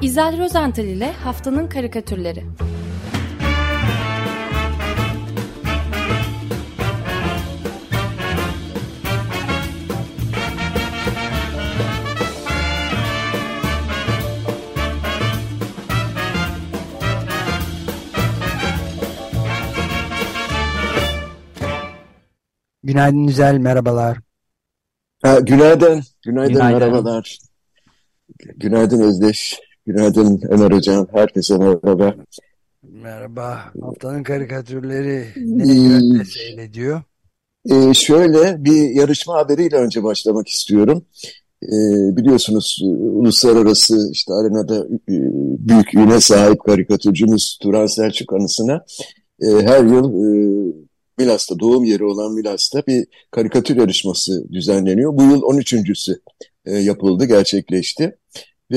İzel Rozental ile Haftanın Karikatürleri. Günaydın İzel, merhabalar. Günaydın, Günaydın. merhabalar. Günaydın Özdeş, günaydın Ömer Hocam, herkese merhaba. Merhaba. Haftanın karikatürleri ne Ee, yönde seyrediyor? Şöyle bir yarışma haberiyle önce başlamak istiyorum. Biliyorsunuz uluslararası işte arenada büyük üne sahip karikatürcümüz Turan Selçuk anısına her yıl Milas'ta, doğum yeri olan Milas'ta bir karikatür yarışması düzenleniyor. Bu yıl 13.'sü yapıldı, gerçekleşti. Ve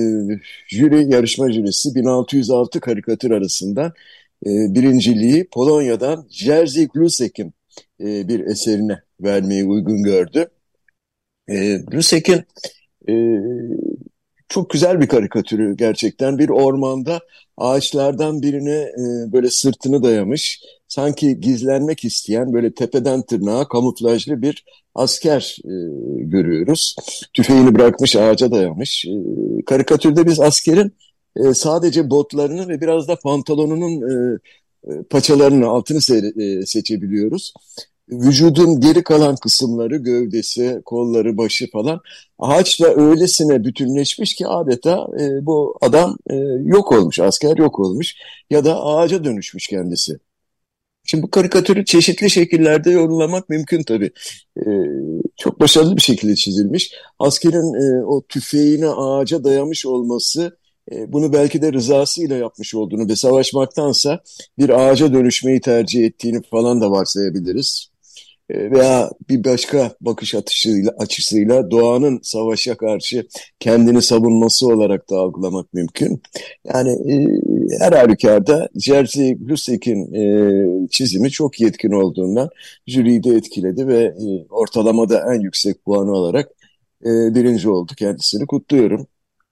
yarışma jürisi 1606 karikatür arasında birinciliği Polonya'dan Jerzy Glusek'in bir eserine vermeyi uygun gördü. Glusek'in e, çok güzel bir karikatürü gerçekten. Bir ormanda ağaçlardan birine böyle sırtını dayamış, sanki gizlenmek isteyen böyle tepeden tırnağa kamuflajlı bir asker görüyoruz. Tüfeğini bırakmış, ağaca dayamış. Karikatürde biz askerin sadece botlarını ve biraz da pantolonunun paçalarını, altını seçebiliyoruz. Vücudun geri kalan kısımları, gövdesi, kolları, başı falan ağaçla öylesine bütünleşmiş ki adeta bu adam yok olmuş, asker yok olmuş ya da ağaca dönüşmüş kendisi. Şimdi bu karikatürü çeşitli şekillerde yorumlamak mümkün tabii. E, Çok başarılı bir şekilde çizilmiş. Askerin o tüfeğine ağaca dayamış olması, bunu belki de rızasıyla yapmış olduğunu ve savaşmaktansa bir ağaca dönüşmeyi tercih ettiğini falan da varsayabiliriz. Veya bir başka bakış açısıyla doğanın savaşa karşı kendini savunması olarak da algılamak mümkün. Yani her halükarda Jerzy Glusek'in çizimi çok yetkin olduğundan jüriyi de etkiledi ve ortalamada en yüksek puanı alarak birinci oldu. Kendisini kutluyorum.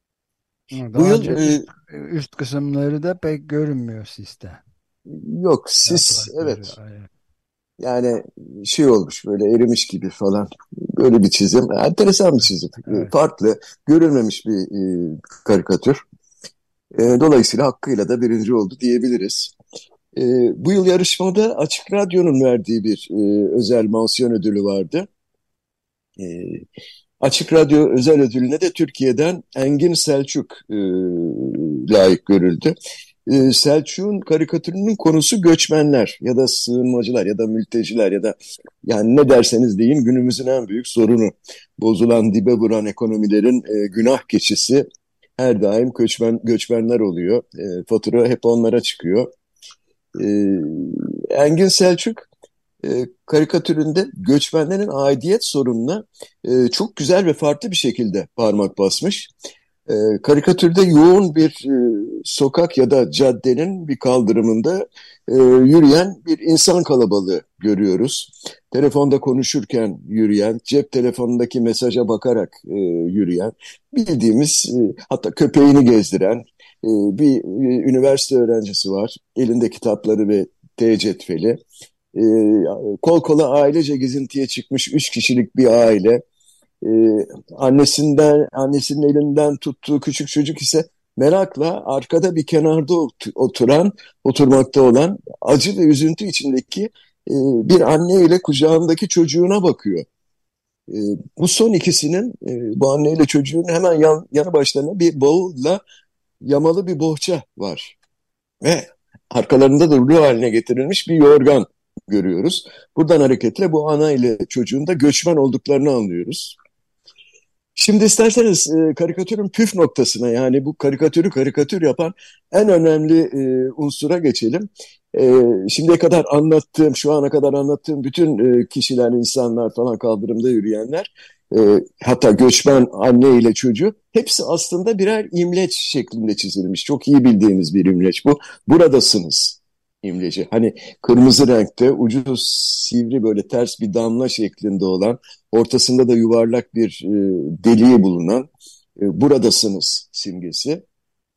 Bu yıl Ağacın üst kısımları da pek görünmüyor siste. yok sis, Yaprakları. evet. Yani şey olmuş, böyle erimiş gibi falan. Böyle bir çizim. Enteresan bir çizim. Evet. Farklı, görülmemiş bir karikatür. Dolayısıyla hakkıyla da birinci oldu diyebiliriz. Bu yıl yarışmada Açık Radyo'nun verdiği bir özel mansiyon ödülü vardı. E, Açık Radyo özel ödülüne de Türkiye'den Engin Selçuk layık görüldü. Selçuk'un karikatürünün konusu göçmenler ya da sığınmacılar ya da mülteciler ya da yani ne derseniz deyin, günümüzün en büyük sorunu. Bozulan, dibe vuran ekonomilerin günah keçisi her daim göçmenler oluyor. Fatura hep onlara çıkıyor. E, Engin Selçuk karikatüründe göçmenlerin aidiyet sorununa çok güzel ve farklı bir şekilde parmak basmış. Karikatürde yoğun bir sokak ya da caddenin bir kaldırımında yürüyen bir insan kalabalığı görüyoruz. Telefonda konuşurken yürüyen, cep telefonundaki mesaja bakarak yürüyen, bildiğimiz hatta köpeğini gezdiren bir üniversite öğrencisi var. Elinde kitapları ve T cetveli. E, Kol kola ailece gezintiye çıkmış 3 kişilik bir aile. Annesinin elinden tuttuğu küçük çocuk ise merakla arkada bir kenarda oturmakta olan, acı ve üzüntü içindeki bir anne ile kucağındaki çocuğuna bakıyor. E, Bu son ikisinin, bu anne ile çocuğun hemen yanı başlarına bir bavulla yamalı bir bohça var. Ve arkalarında da rulo haline getirilmiş bir yorgan görüyoruz. Buradan hareketle bu ana ile çocuğun da göçmen olduklarını anlıyoruz. Şimdi isterseniz karikatürün püf noktasına, yani bu karikatürü karikatür yapan en önemli unsura geçelim. Şimdiye kadar anlattığım, şu ana kadar anlattığım bütün kişiler, insanlar falan, kaldırımda yürüyenler, hatta göçmen anne ile çocuğu, hepsi aslında birer imleç şeklinde çizilmiş. Çok iyi bildiğimiz bir imleç bu. Buradasınız imleci. Hani kırmızı renkte, ucu sivri, böyle ters bir damla şeklinde olan, ortasında da yuvarlak bir deliği bulunan buradasınız simgesi.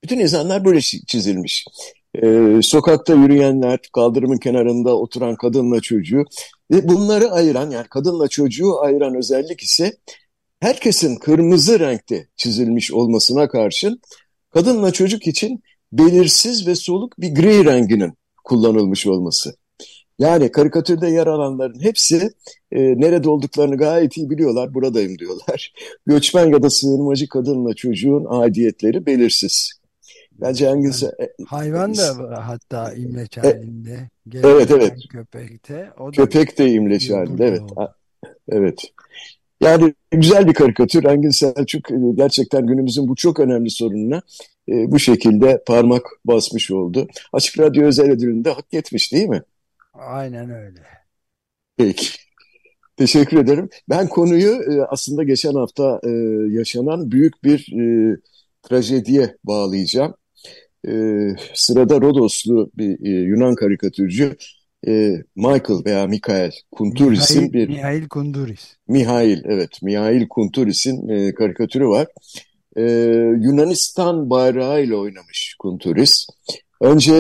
Bütün insanlar böyle çizilmiş. Sokakta yürüyenler, kaldırımın kenarında oturan kadınla çocuğu ve bunları ayıran, yani kadınla çocuğu ayıran özellik ise herkesin kırmızı renkte çizilmiş olmasına karşın kadınla çocuk için belirsiz ve soluk bir gri renginin kullanılmış olması. Yani karikatürde yer alanların hepsi nerede olduklarını gayet iyi biliyorlar, buradayım diyorlar. Göçmen ya da sığınmacı kadınla çocuğun aidiyetleri belirsiz. Bence Yani hangisi... hayvan da hatta imleç e, halinde. evet, evet. Gelen köpekte. O da Köpek de imleç diyor halinde, burada evet. oldu. Evet. Yani güzel bir karikatür. Engin Selçuk gerçekten günümüzün bu çok önemli sorununa bu şekilde parmak basmış oldu. Açık Radyo özel ödülünü de hak etmiş, değil mi? Aynen öyle. Peki. Teşekkür ederim. Ben konuyu aslında geçen hafta yaşanan büyük bir trajediye bağlayacağım. Sırada Rodoslu bir Yunan karikatürcü Michael veya Mikael Kunturis'in bir Mihail Kunduris. Mihail, evet, Mihail Kunturis'in karikatürü var. E, Yunanistan bayrağıyla oynamış Kunturis. Önce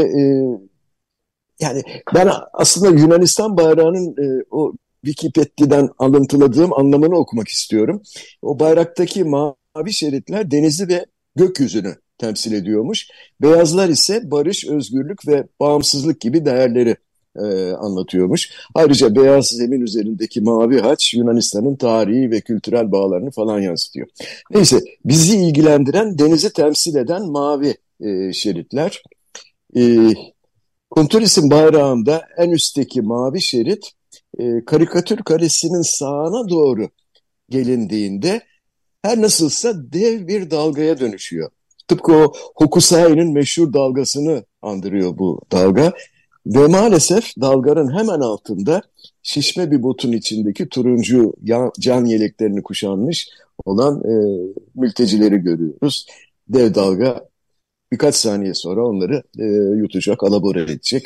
yani ben aslında Yunanistan bayrağının o Wikipedia'dan alıntıladığım anlamını okumak istiyorum. O bayraktaki mavi şeritler denizi ve gökyüzünü temsil ediyormuş. Beyazlar ise barış, özgürlük ve bağımsızlık gibi değerleri anlatıyormuş. Ayrıca beyaz zemin üzerindeki mavi haç Yunanistan'ın tarihi ve kültürel bağlarını falan yansıtıyor. Neyse, bizi ilgilendiren denizi temsil eden mavi şeritler. E, Konturis'in bayrağında en üstteki mavi şerit karikatür karesinin sağına doğru gelindiğinde her nasılsa dev bir dalgaya dönüşüyor. Tıpkı o Hokusai'nin meşhur dalgasını andırıyor bu dalga. Ve maalesef dalganın hemen altında şişme bir botun içindeki turuncu can yeleklerini kuşanmış olan mültecileri görüyoruz. Dev dalga birkaç saniye sonra onları yutacak, alabora edecek.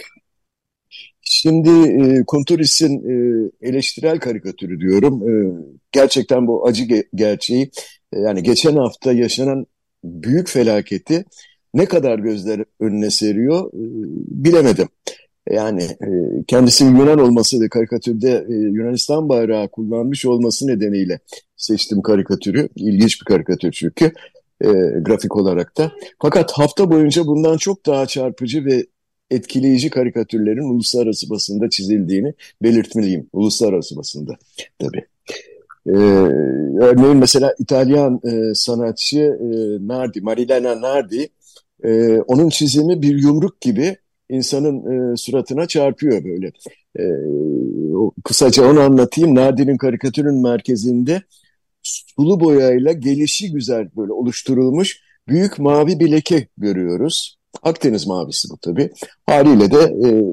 Şimdi Kunturis'in eleştirel karikatürü diyorum. Gerçekten bu acı gerçeği, yani geçen hafta yaşanan büyük felaketi ne kadar gözler önüne seriyor bilemedim. Yani kendisi Yunan olması ve karikatürde Yunanistan bayrağı kullanmış olması nedeniyle seçtim karikatürü. İlginç bir karikatür çünkü e, grafik olarak da. Fakat hafta boyunca bundan çok daha çarpıcı ve etkileyici karikatürlerin uluslararası basında çizildiğini belirtmeliyim. Uluslararası basında tabii. Ee, Örneğin mesela İtalyan sanatçı Nardi, Marilena Nardi, onun çizimi bir yumruk gibi insanın suratına çarpıyor böyle. Kısaca onu anlatayım. Nardi'nin karikatürün merkezinde sulu boyayla gelişi güzel böyle oluşturulmuş büyük mavi bir leke görüyoruz. Akdeniz mavisi bu tabii. Haliyle de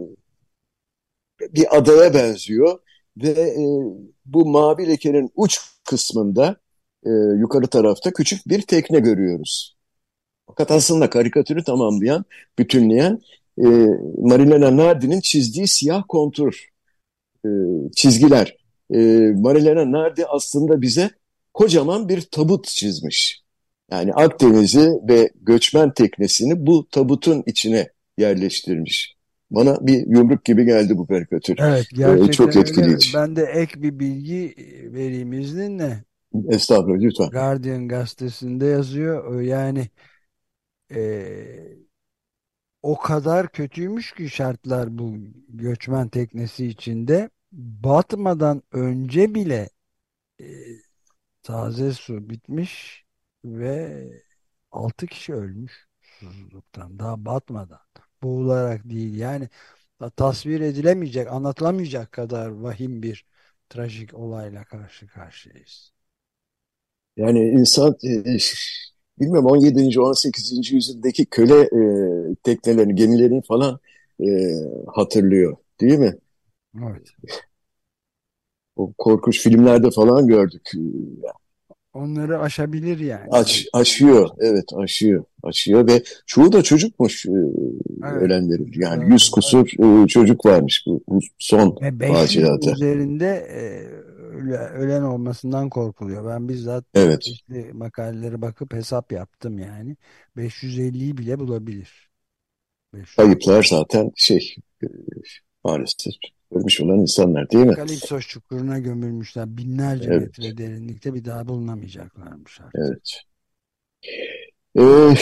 bir adaya benziyor ve bu mavi lekenin uç kısmında yukarı tarafta küçük bir tekne görüyoruz. Fakat aslında karikatürü tamamlayan, bütünleyen e, Marilena Nardi'nin çizdiği siyah kontur e, çizgiler. E, Marilena Nardi aslında bize kocaman bir tabut çizmiş. Yani Akdeniz'i ve göçmen teknesini bu tabutun içine yerleştirmiş. Bana bir yumruk gibi geldi bu karikatür. Evet, Çok gerçekten öyle. etkileyici. Ben de ek bir bilgi vereyim izninle. Estağfurullah, lütfen. Guardian gazetesinde yazıyor. Yani e, o kadar kötüymüş ki şartlar bu göçmen teknesi içinde. Batmadan önce bile e, taze su bitmiş ve 6 kişi ölmüş susuzluktan daha batmadan. Boğularak değil yani, tasvir edilemeyecek, anlatılamayacak kadar vahim bir trajik olayla karşı karşıyayız. Yani insan bilmem 17. 18. yüzyıldaki köle teknelerini, gemilerini falan e, hatırlıyor, değil mi? Evet. O korkunç filmlerde falan gördük. Onları aşabilir yani. Aşıyor, evet, aşıyor ve çoğu da çocukmuş Evet. ölenlerin. Yani 100 Doğru. kusur çocuk varmış bu son Ve 500'ün faciada. üzerinde ölen olmasından korkuluyor. Ben bizzat Evet. çeşitli makalelere bakıp hesap yaptım yani. 550'yi bile bulabilir. 500. Kayıplar zaten e, maalesef ölmüş olan insanlar değil mi? Kalipsos çukuruna gömülmüşler. Binlerce Evet. metre derinlikte bir daha bulunamayacaklarmış artık. Evet. E,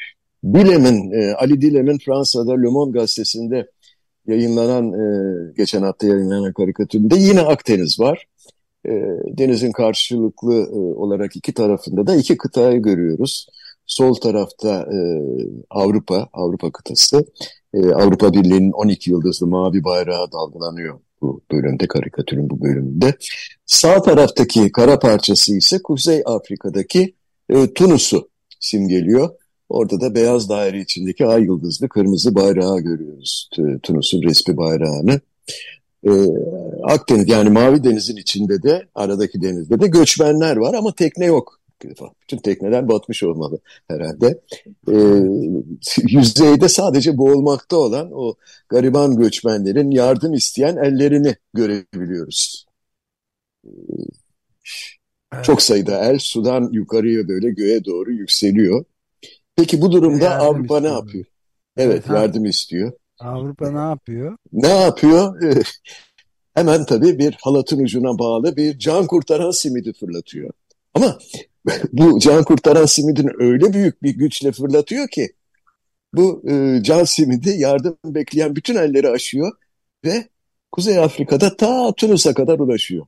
Ali Dilem'in Fransa'da Le Monde gazetesinde yayınlanan, geçen hafta yayınlanan karikatüründe yine Akdeniz var. E, Denizin karşılıklı olarak iki tarafında da iki kıtayı görüyoruz. Sol tarafta Avrupa kıtası. Avrupa Birliği'nin 12 yıldızlı mavi bayrağı dalgalanıyor bu bölümde, karikatürün bu bölümünde. Sağ taraftaki kara parçası ise Kuzey Afrika'daki Tunus'u simgeliyor. Orada da beyaz daire içindeki ay yıldızlı kırmızı bayrağı görüyoruz. Tunus'un resmi bayrağını. Ee, Akdeniz, yani Mavi Deniz'in içinde de, aradaki denizde de göçmenler var ama tekne yok. Bütün tekneler batmış olmalı herhalde. Ee, Evet. Yüzeyde sadece boğulmakta olan o gariban göçmenlerin yardım isteyen ellerini görebiliyoruz. Çok Evet. sayıda el sudan yukarıya, böyle göğe doğru yükseliyor. Peki bu durumda Yardım Avrupa ne istiyorlar. yapıyor? Evet. Evet, yardım istiyor. Avrupa ne yapıyor? Ne yapıyor? Hemen tabii bir halatın ucuna bağlı bir can kurtaran simidi fırlatıyor. Ama bu can kurtaran simidini öyle büyük bir güçle fırlatıyor ki bu can simidi yardım bekleyen bütün elleri aşıyor ve Kuzey Afrika'da ta Tunus'a kadar ulaşıyor.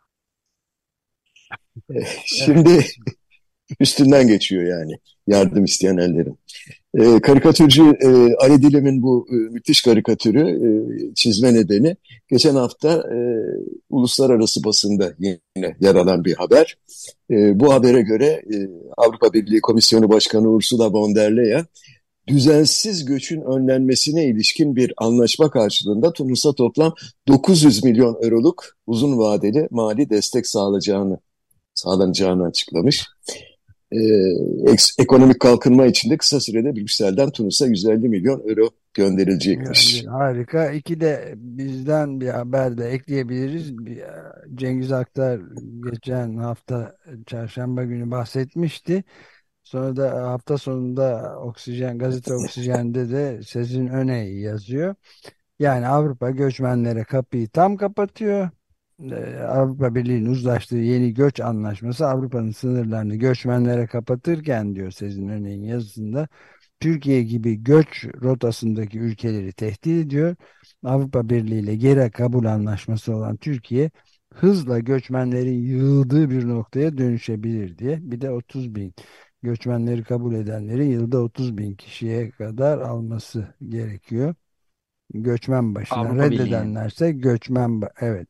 Evet. Şimdi üstünden geçiyor yani yardım isteyen ellerin. Karikatürcü Ali Dilem'in bu müthiş karikatürü çizme nedeni geçen hafta uluslararası basında yine yer alan bir haber. Bu habere göre Avrupa Birliği Komisyonu Başkanı Ursula von der Leyen düzensiz göçün önlenmesine ilişkin bir anlaşma karşılığında Tunus'a toplam 900 milyon euroluk uzun vadeli mali destek sağlanacağını açıklamış. Ekonomik kalkınma için de kısa sürede Brüksel'den Tunus'a 150 milyon euro gönderilecekmiş. Harika. İki de bizden bir haber de ekleyebiliriz. Cengiz Aktar geçen hafta çarşamba günü bahsetmişti. Sonra da hafta sonunda gazete Oksijen'de de Sezin Öney yazıyor. Yani Avrupa göçmenlere kapıyı tam kapatıyor. Avrupa Birliği'nin uzlaştığı yeni göç anlaşması Avrupa'nın sınırlarını göçmenlere kapatırken, diyor Sezin Öney'in yazısında, Türkiye gibi göç rotasındaki ülkeleri tehdit ediyor. Avrupa Birliği ile geri kabul anlaşması olan Türkiye hızla göçmenlerin yığıldığı bir noktaya dönüşebilir diye. Bir de 30 bin göçmenleri kabul edenlerin yılda 30 bin kişiye kadar alması gerekiyor. Göçmen başına Avrupa Birliği'nin reddedenlerse evet,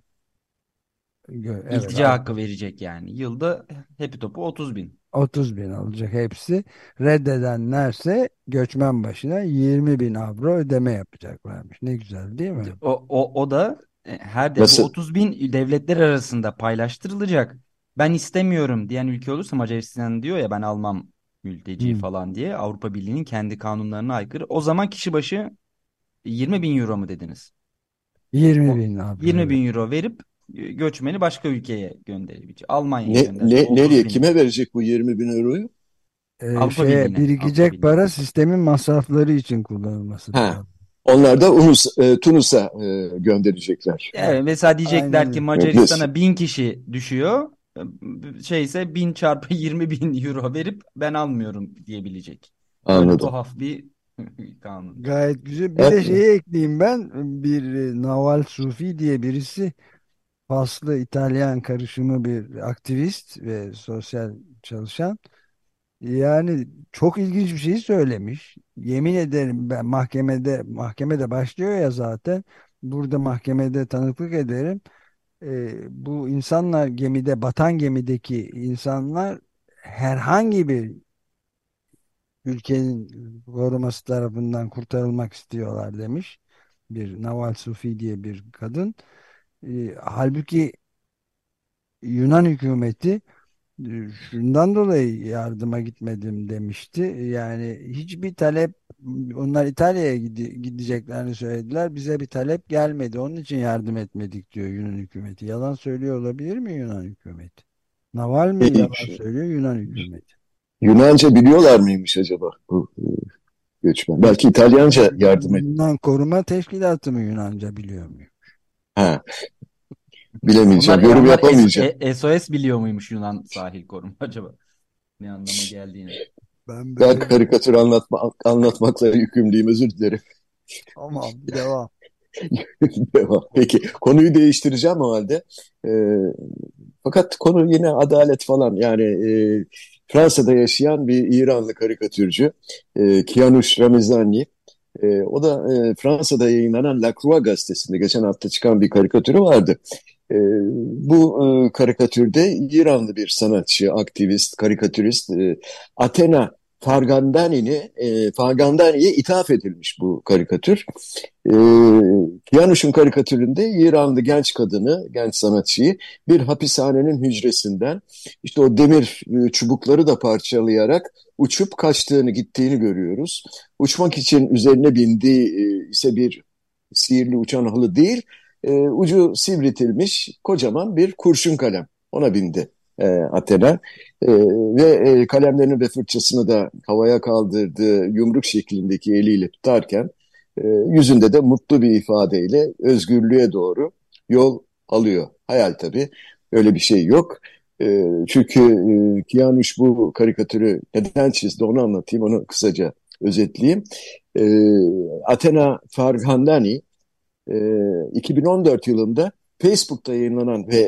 evet, iltica hakkı verecek yani. Yılda hepi topu 30 bin. 30 bin alacak hepsi. Reddedenlerse göçmen başına 20 bin avro ödeme yapacaklarmış. Ne güzel değil mi? O da bu Nasıl? 30 bin devletler arasında paylaştırılacak. Ben istemiyorum diyen ülke olursa, Macaristan diyor ya ben almam mülteci Hmm. falan diye, Avrupa Birliği'nin kendi kanunlarına aykırı. O zaman kişi başı 20 bin euro mu dediniz? 20 O bin avro, 20 evet. bin euro verip göçmeni başka ülkeye gönderebilecek. Almanya'ya gönderse Nereye, 30 bin. kime verecek bu 20 bin euroyu? Avrupa Birliği'ne. Avrupa Birikecek Birliği'ne. para sistemin masrafları için kullanılması Ha, lazım. onlar da Tunus'a gönderecekler. Evet. Evet, mesela diyecekler ki Aynen. Biz, Macaristan'a 1000 kişi düşüyor. Şeyse 1000 çarpı 20 bin euro verip ben almıyorum diyebilecek. Öyle anladım. tuhaf bir kanun. Gayet güzel. Bir de Evet, şeyi ekleyeyim ben. Bir Naval Sufi diye birisi, Faslı İtalyan karışımı bir aktivist ve sosyal çalışan. Yani çok ilginç bir şey söylemiş. Yemin ederim, ben mahkemede başlıyor ya zaten. Burada mahkemede tanıklık ederim. Bu insanlar, batan gemideki insanlar herhangi bir ülkenin koruması tarafından kurtarılmak istiyorlar demiş. Bir Naval Sufi diye bir kadın. Halbuki Yunan hükümeti şundan dolayı yardıma gitmedim demişti. Yani hiçbir talep, onlar İtalya'ya gideceklerini söylediler. Bize bir talep gelmedi. Onun için yardım etmedik diyor Yunan hükümeti. Yalan söylüyor olabilir mi Yunan hükümeti? Navalny yalan Şey, söylüyor, Yunan hükümeti. Yunanca biliyorlar mıymış acaba bu göçmen? Belki İtalyanca yardım et. Yunan Koruma Teşkilatı mı Yunanca biliyor mu? Ha, Onlar bilemeyeceğim. Yorum onlar yapamayacağım. SOS biliyor muymuş Yunan sahil koruma acaba? Ne anlama geldiğini. Ben Ben böyle karikatür anlatmakla yükümlüyüm. Özür dilerim. tamam, devam. Devam. Peki konuyu değiştireceğim o halde. Ee, Fakat konu yine adalet falan. Yani Fransa'da yaşayan bir İranlı karikatürcü Kianush Ramizani. O da Fransa'da yayınlanan La Croix gazetesinde geçen hafta çıkan bir karikatürü vardı. E, Bu karikatürde İranlı bir sanatçı, aktivist, karikatürist Athena Fargandani'ye ithaf edilmiş bu karikatür. E, Kianuş'un karikatüründe İranlı genç kadını, genç sanatçıyı bir hapishanenin hücresinden işte o demir çubukları da parçalayarak uçup kaçtığını, gittiğini görüyoruz. Uçmak için üzerine bindiği ise bir sihirli uçan halı değil, ucu sivritilmiş kocaman bir kurşun kalem. Ona bindi Athena. Ve kalemlerini ve fırçasını da havaya kaldırdığı yumruk şeklindeki eliyle tutarken yüzünde de mutlu bir ifadeyle özgürlüğe doğru yol alıyor. Hayal tabii. Öyle bir şey yok. Çünkü Kianuş bu karikatürü neden çizdi onu anlatayım, onu kısaca özetleyeyim. E, Athena Farghandani 2014 yılında Facebook'ta yayınlanan ve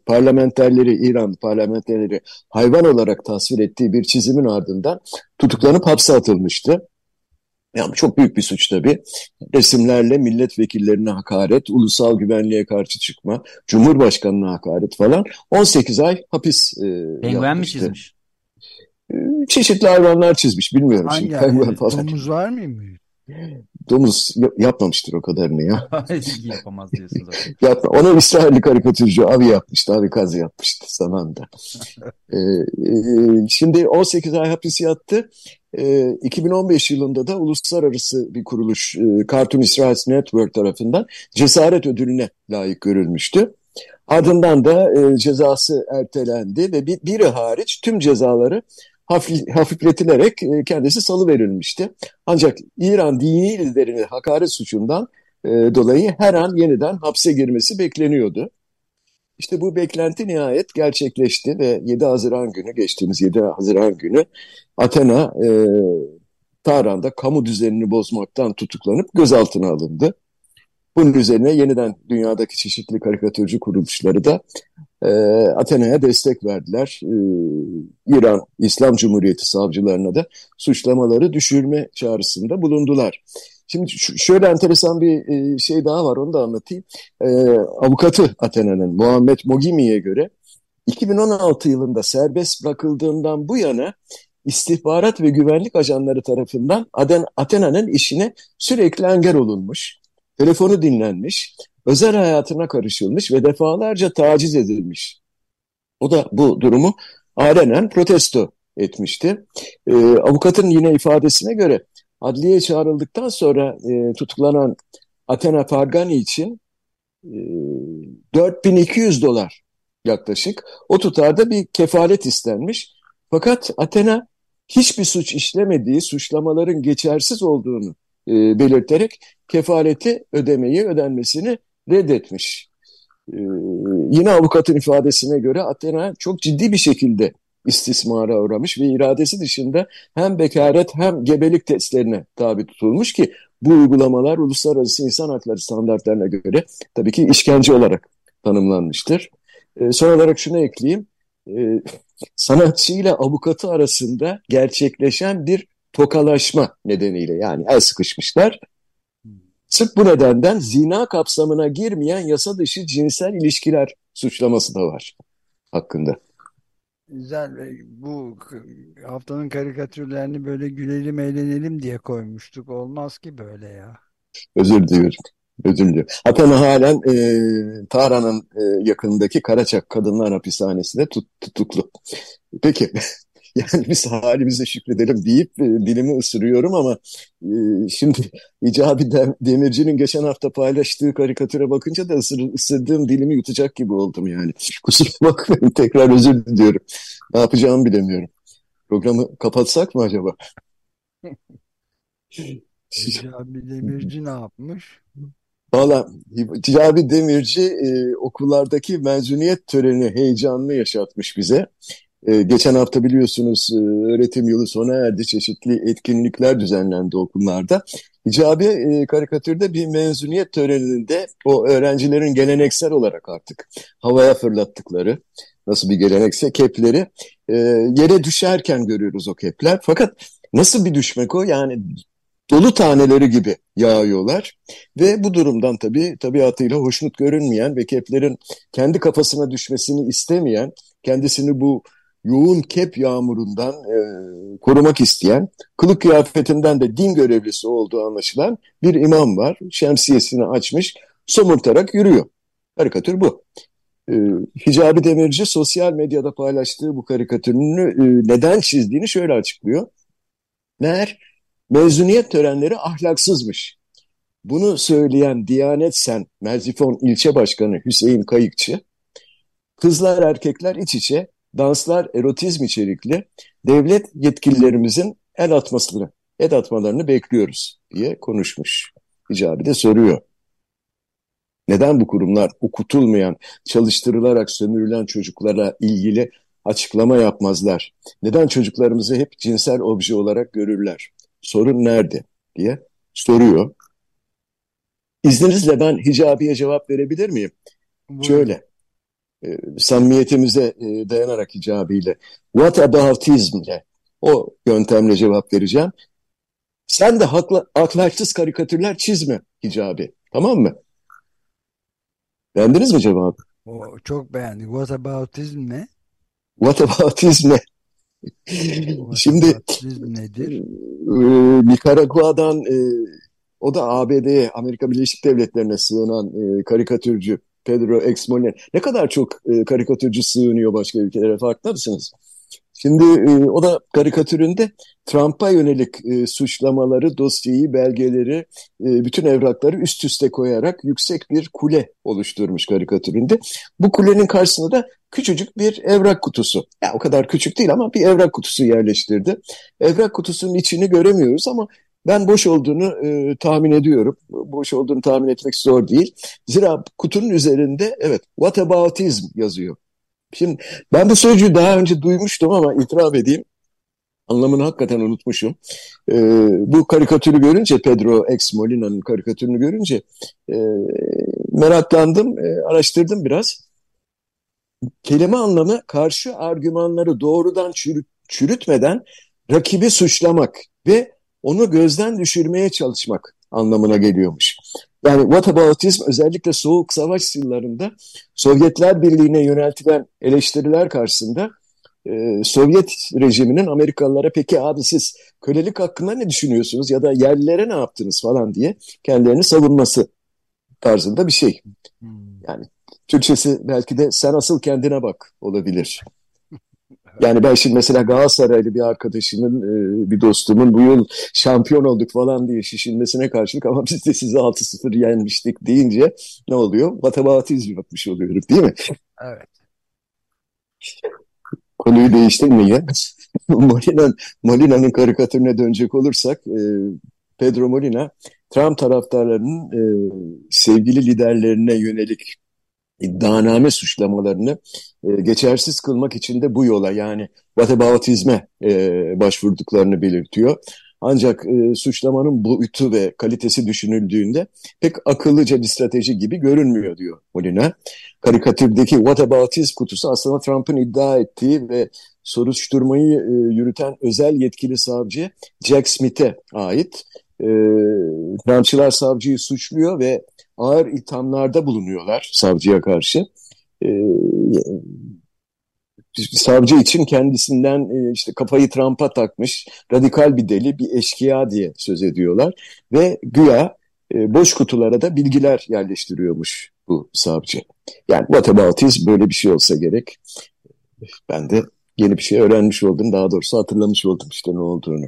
İran parlamenterleri hayvan olarak tasvir ettiği bir çizimin ardından tutuklanıp hapse atılmıştı. Yani çok büyük bir suç tabii. Resimlerle milletvekillerine hakaret, ulusal güvenliğe karşı çıkma, Cumhurbaşkanı'na hakaret falan 18 ay hapis Penguen mi yatmıştı. çizmiş? Çeşitli hayvanlar çizmiş, bilmiyorum şimdi Hangi penguen falan. domuz var mıymış? Domuz yapmamıştır o kadarını ya. Yapamaz diyorsun zaten. Yapma. Onu İsrailli karikatürcü Avi yapmıştı, Avi Kazi yapmıştı zamanında. Şimdi 18 ay hapis yattı. 2015 yılında da uluslararası bir kuruluş Cartoon Israel Network tarafından cesaret ödülüne layık görülmüştü. Ardından da cezası ertelendi ve biri hariç tüm cezaları hafifletilerek kendisi salıverilmişti. Ancak İran dini liderini hakaret suçundan dolayı her an yeniden hapse girmesi bekleniyordu. İşte bu beklenti nihayet gerçekleşti ve 7 Haziran günü, geçtiğimiz 7 Haziran günü Athena Tahran'da kamu düzenini bozmaktan tutuklanıp gözaltına alındı. Bunun üzerine yeniden dünyadaki çeşitli karikatürcü kuruluşları da Athena'ya destek verdiler. İran İslam Cumhuriyeti savcılarına da suçlamaları düşürme çağrısında bulundular. Şimdi şöyle enteresan bir şey daha var, onu da anlatayım. Avukatı Athena'nın Muhammed Mogimi'ye göre 2016 yılında serbest bırakıldığından bu yana istihbarat ve güvenlik ajanları tarafından Athena'nın işine sürekli engel olunmuş, telefonu dinlenmiş, özel hayatına karışılmış ve defalarca taciz edilmiş. O da bu durumu alenen protesto etmişti. Avukatın yine ifadesine göre adliyeye çağrıldıktan sonra tutuklanan Athena Fargani için 4200 dolar yaklaşık o tutarda bir kefalet istenmiş. Fakat Athena hiçbir suç işlemediği, suçlamaların geçersiz olduğunu belirterek kefaleti ödenmesini reddetmiş. Ee, Yine avukatın ifadesine göre Athena çok ciddi bir şekilde istismara uğramış ve iradesi dışında hem bekaret hem gebelik testlerine tabi tutulmuş ki bu uygulamalar uluslararası insan hakları standartlarına göre tabii ki işkence olarak tanımlanmıştır. Son olarak şunu ekleyeyim. Sanatçı ile avukatı arasında gerçekleşen bir tokalaşma nedeniyle yani el sıkışmışlar. Sırf bu nedenden zina kapsamına girmeyen yasa dışı cinsel ilişkiler suçlaması da var hakkında. Güzel. Bu haftanın karikatürlerini böyle gülelim eğlenelim diye koymuştuk. Olmaz ki böyle ya. Özür diliyorum. Ödüllü. Hakan halen Tahran'ın yakınındaki Karaçak Kadınlar Hapishanesi'nde tutuklu. Peki, yani biz halimize şükredelim deyip dilimi ısırıyorum ama şimdi Hicabi Demirci'nin geçen hafta paylaştığı karikatüre bakınca da ısırdığım dilimi yutacak gibi oldum yani. Kusura bakmayın, tekrar özür diliyorum. Ne yapacağımı bilemiyorum. Programı kapatsak mı acaba? Hicabi Demirci ne yapmış? Valla Hicabi Demirci okullardaki mezuniyet töreni heyecanını yaşatmış bize. Geçen hafta biliyorsunuz öğretim yılı sona erdi. Çeşitli etkinlikler düzenlendi okullarda. Hicabi karikatürde bir mezuniyet töreninde o öğrencilerin geleneksel olarak artık havaya fırlattıkları, nasıl bir gelenekse kepleri yere düşerken görüyoruz o kepler. Fakat nasıl bir düşmek o? Yani dolu taneleri gibi yağıyorlar ve bu durumdan tabii tabiatıyla hoşnut görünmeyen ve keplerin kendi kafasına düşmesini istemeyen, kendisini bu yoğun kep yağmurundan korumak isteyen, kılık kıyafetinden de din görevlisi olduğu anlaşılan bir imam var. Şemsiyesini açmış, somurtarak yürüyor. Karikatür bu. E, Hicabi Demirci sosyal medyada paylaştığı bu karikatürünü neden çizdiğini şöyle açıklıyor. Meğer mezuniyet törenleri ahlaksızmış. Bunu söyleyen Diyanet Sen Merzifon İlçe Başkanı Hüseyin Kayıkçı, kızlar erkekler iç içe, danslar erotizm içerikli, devlet yetkililerimizin el atmalarını bekliyoruz diye konuşmuş. Hicabi de soruyor. Neden bu kurumlar okutulmayan, çalıştırılarak sömürülen çocuklara ilgili açıklama yapmazlar? Neden çocuklarımızı hep cinsel obje olarak görürler? Sorun nerede diye soruyor. İzninizle ben Hicabi'ye cevap verebilir miyim? Buyurun. Şöyle, samimiyetimize dayanarak Hicabi'yle, what aboutism'le, o yöntemle cevap vereceğim. Sen de ahlaksız karikatürler çizme Hicabi, tamam mı? Beğendiniz mi cevabı? O çok beğendik. What aboutism ne? What aboutism'le. What Şimdi aboutism nedir? Nikaragua'dan o da ABD'ye, Amerika Birleşik Devletleri'ne sığınan karikatürcü Pedro X. Molina. Ne kadar çok karikatürcü sığınıyor başka ülkelere, farkında mısınız? Şimdi o da karikatüründe Trump'a yönelik suçlamaları, dosyayı, belgeleri, bütün evrakları üst üste koyarak yüksek bir kule oluşturmuş karikatüründe. Bu kulenin karşısında da küçücük bir evrak kutusu. Ya o kadar küçük değil ama bir evrak kutusu yerleştirdi. Evrak kutusunun içini göremiyoruz ama ben boş olduğunu tahmin ediyorum. Boş olduğunu tahmin etmek zor değil. Zira kutunun üzerinde evet, what aboutism yazıyor. Şimdi ben bu sözcüğü daha önce duymuştum ama itiraf edeyim, anlamını hakikaten unutmuşum. Bu karikatürü görünce, Pedro X. Molina'nın karikatürünü görünce meraklandım, araştırdım biraz. Kelime anlamı karşı argümanları doğrudan çürütmeden rakibi suçlamak ve onu gözden düşürmeye çalışmak anlamına geliyormuş. Yani whataboutism özellikle Soğuk Savaş yıllarında Sovyetler Birliği'ne yöneltilen eleştiriler karşısında Sovyet rejiminin Amerikalılara peki abi siz kölelik hakkında ne düşünüyorsunuz ya da yerlilere ne yaptınız falan diye kendilerini savunması tarzında bir şey. Yani Türkçesi belki de sen asıl kendine bak olabilir. Yani ben şimdi mesela Galatasaraylı bir arkadaşımın, bir dostumun bu yıl şampiyon olduk falan diye şişinmesine karşılık ama biz de sizi 6-0 yenmiştik deyince ne oluyor? Matematik yapmış oluyoruz değil mi? Evet. Konuyu değiştirmeye Molina'nın karikatürüne dönecek olursak Pedro Molina Trump taraftarlarının sevgili liderlerine yönelik iddianame suçlamalarını geçersiz kılmak için de bu yola yani whataboutism'e başvurduklarını belirtiyor. Ancak suçlamanın boyutu ve kalitesi düşünüldüğünde pek akıllıca bir strateji gibi görünmüyor diyor Molina. Karikatürdeki whataboutism kutusu aslında Trump'ın iddia ettiği ve soruşturmayı yürüten özel yetkili savcı Jack Smith'e ait. Trumpçılar savcıyı suçluyor ve ağır ithamlarda bulunuyorlar savcıya karşı. Savcı için kendisinden işte kafayı Trump'a takmış radikal bir deli, bir eşkıya diye söz ediyorlar ve güya boş kutulara da bilgiler yerleştiriyormuş bu savcı. Yani whataboutism böyle bir şey olsa gerek. Ben de yeni bir şey öğrenmiş oldum. Daha doğrusu hatırlamış oldum işte ne olduğunu.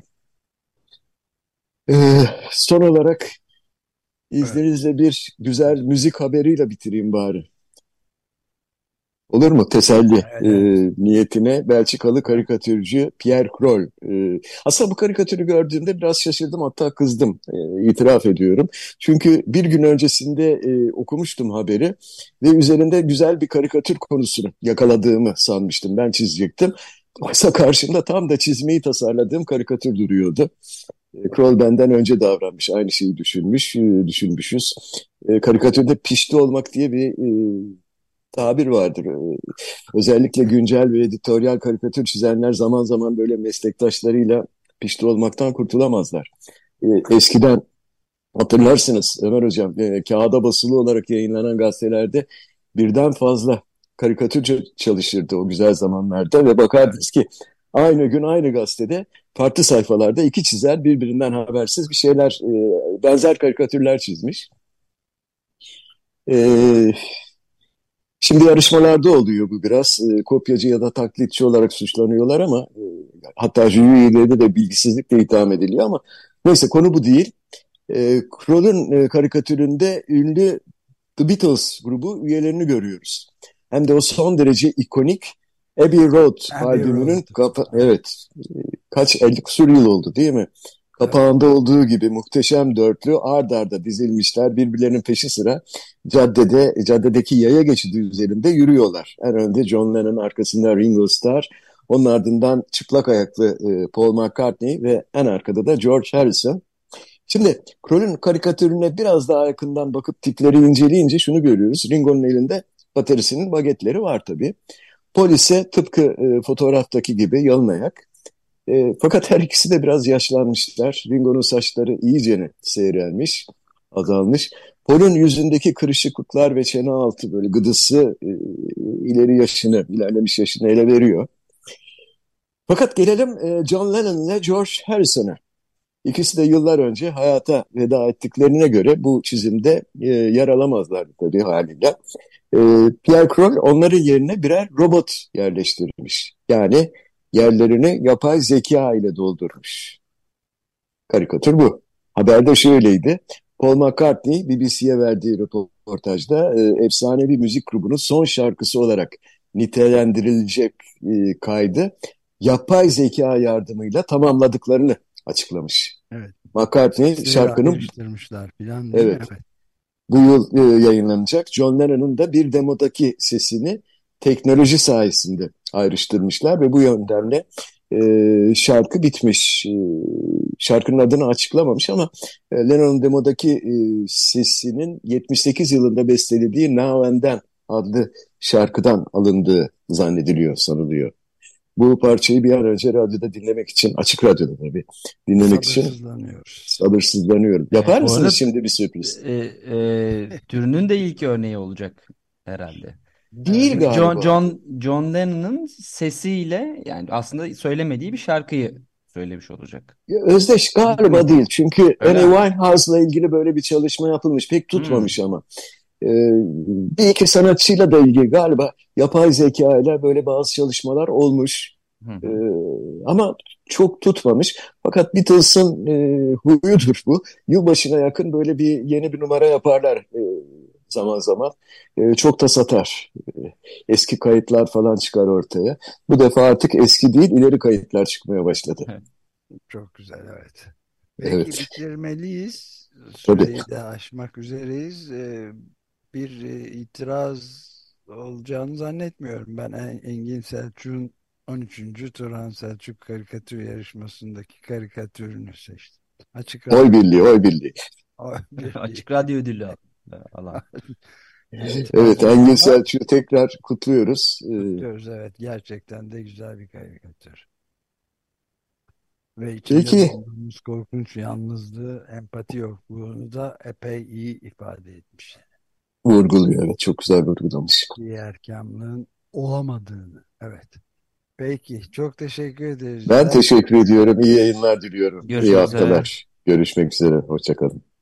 Son olarak izninizle bir güzel müzik haberiyle bitireyim bari. Olur mu? Teselli niyetine Belçikalı karikatürcü Pierre Kroll. Aslında bu karikatürü gördüğümde biraz şaşırdım, hatta kızdım, itiraf ediyorum. Çünkü bir gün öncesinde okumuştum haberi ve üzerinde güzel bir karikatür konusunu yakaladığımı sanmıştım. Ben çizecektim. Oysa karşımda tam da çizmeyi tasarladığım karikatür duruyordu. Kroll benden önce davranmış, aynı şeyi düşünmüşüz. Karikatürde pişti olmak diye bir tabir vardır. Özellikle güncel ve editoryal karikatür çizenler zaman zaman böyle meslektaşlarıyla pişti olmaktan kurtulamazlar. Eskiden hatırlarsınız Ömer Hocam, kağıda basılı olarak yayınlanan gazetelerde birden fazla karikatür çalışırdı o güzel zamanlarda ve bakardınız ki aynı gün aynı gazetede farklı sayfalarda iki çizer birbirinden habersiz bir şeyler, benzer karikatürler çizmiş. Şimdi yarışmalarda oluyor bu biraz. Kopyacı ya da taklitçi olarak suçlanıyorlar ama hatta jüri üyeleri de bilgisizlikle itham ediliyor ama neyse, konu bu değil. Kroll'un karikatüründe ünlü The Beatles grubu üyelerini görüyoruz. Hem de o son derece ikonik Abbey Road albümünün evet, kaç 50 küsur yıl oldu değil mi? Kapağında olduğu gibi muhteşem dörtlü ard arda dizilmişler, birbirlerinin peşi sıra caddedeki yaya geçidi üzerinde yürüyorlar. En önde John Lennon, arkasında Ringo Starr, onun ardından çıplak ayaklı Paul McCartney ve en arkada da George Harrison. Şimdi Kroll'ün karikatürüne biraz daha yakından bakıp tipleri inceleyince şunu görüyoruz. Ringo'nun elinde bataryasının bagetleri var tabii. Paul ise tıpkı fotoğraftaki gibi yalın ayak. Fakat her ikisi de biraz yaşlanmışlar. Ringo'nun saçları iyicene seyrelmiş, azalmış. Paul'un yüzündeki kırışıklıklar ve çene altı böyle gıdısı ilerlemiş yaşını ele veriyor. Fakat gelelim John Lennon ile George Harrison'a. İkisi de yıllar önce hayata veda ettiklerine göre bu çizimde yer alamazlardı tabii haliyle. Pierre Kroll onların yerine birer robot yerleştirmiş. Yani yerlerini yapay zeka ile doldurmuş. Karikatür bu. Haberde şöyleydi. Paul McCartney BBC'ye verdiği röportajda efsanevi müzik grubunun son şarkısı olarak nitelendirilecek kaydı yapay zeka yardımıyla tamamladıklarını açıklamış. Evet. McCartney şarkının falan, evet, bu yıl yayınlanacak. John Lennon'un da bir demodaki sesini teknoloji sayesinde ayrıştırmışlar ve bu yöntemle şarkı bitmiş. Şarkının adını açıklamamış ama Lennon'un demodaki sesinin 78 yılında bestelediği Now and Then adlı şarkıdan alındığı zannediliyor, sanılıyor. Bu parçayı bir an önce radyoda dinlemek için, açık radyoda tabii dinlemek için sabırsızlanıyorum. Yapar mısınız arada, şimdi bir sürpriz? Türünün de ilk örneği olacak herhalde. Değil galiba. John Lennon'ın sesiyle, yani aslında söylemediği bir şarkıyı söylemiş olacak. Özdeş galiba değil. Çünkü Öyle Amy mi? Winehouse'la ilgili böyle bir çalışma yapılmış. Pek tutmamış ama. Bir iki sanatçıyla da ilgili galiba yapay zeka ile böyle bazı çalışmalar olmuş. Ama çok tutmamış. Fakat Beatles'ın huyudur bu. Yılbaşına yakın böyle yeni bir numara yaparlar zaman zaman. Çok da satar. Eski kayıtlar falan çıkar ortaya. Bu defa artık eski değil, ileri kayıtlar çıkmaya başladı. Çok güzel, evet. Peki Evet. bitirmeliyiz. Tabii. Süreyi de aşmak üzereyiz. Bir itiraz olacağını zannetmiyorum. Ben Engin Selçuk'un 13. Turan Selçuk karikatür yarışmasındaki karikatürünü seçtim. Açık Oy birliği, oy birliği. Açık Radyo ödülü alan. Evet, Engin Selçuk'u tekrar kutluyoruz. Kutluyoruz, evet. Gerçekten de güzel bir karikatür. Ve içinde Peki. bulunduğumuz korkunç yalnızlığı, empati yokluğunu da epey iyi ifade etmiş. Vurguluyor, evet. Çok güzel vurgulamış. Diğerkamlığın olamadığını. Evet. Peki. Çok teşekkür ederiz. Ben teşekkür ediyorum. İyi yayınlar diliyorum. Görüşmek İyi üzere. haftalar. Görüşmek üzere. Hoşça kalın.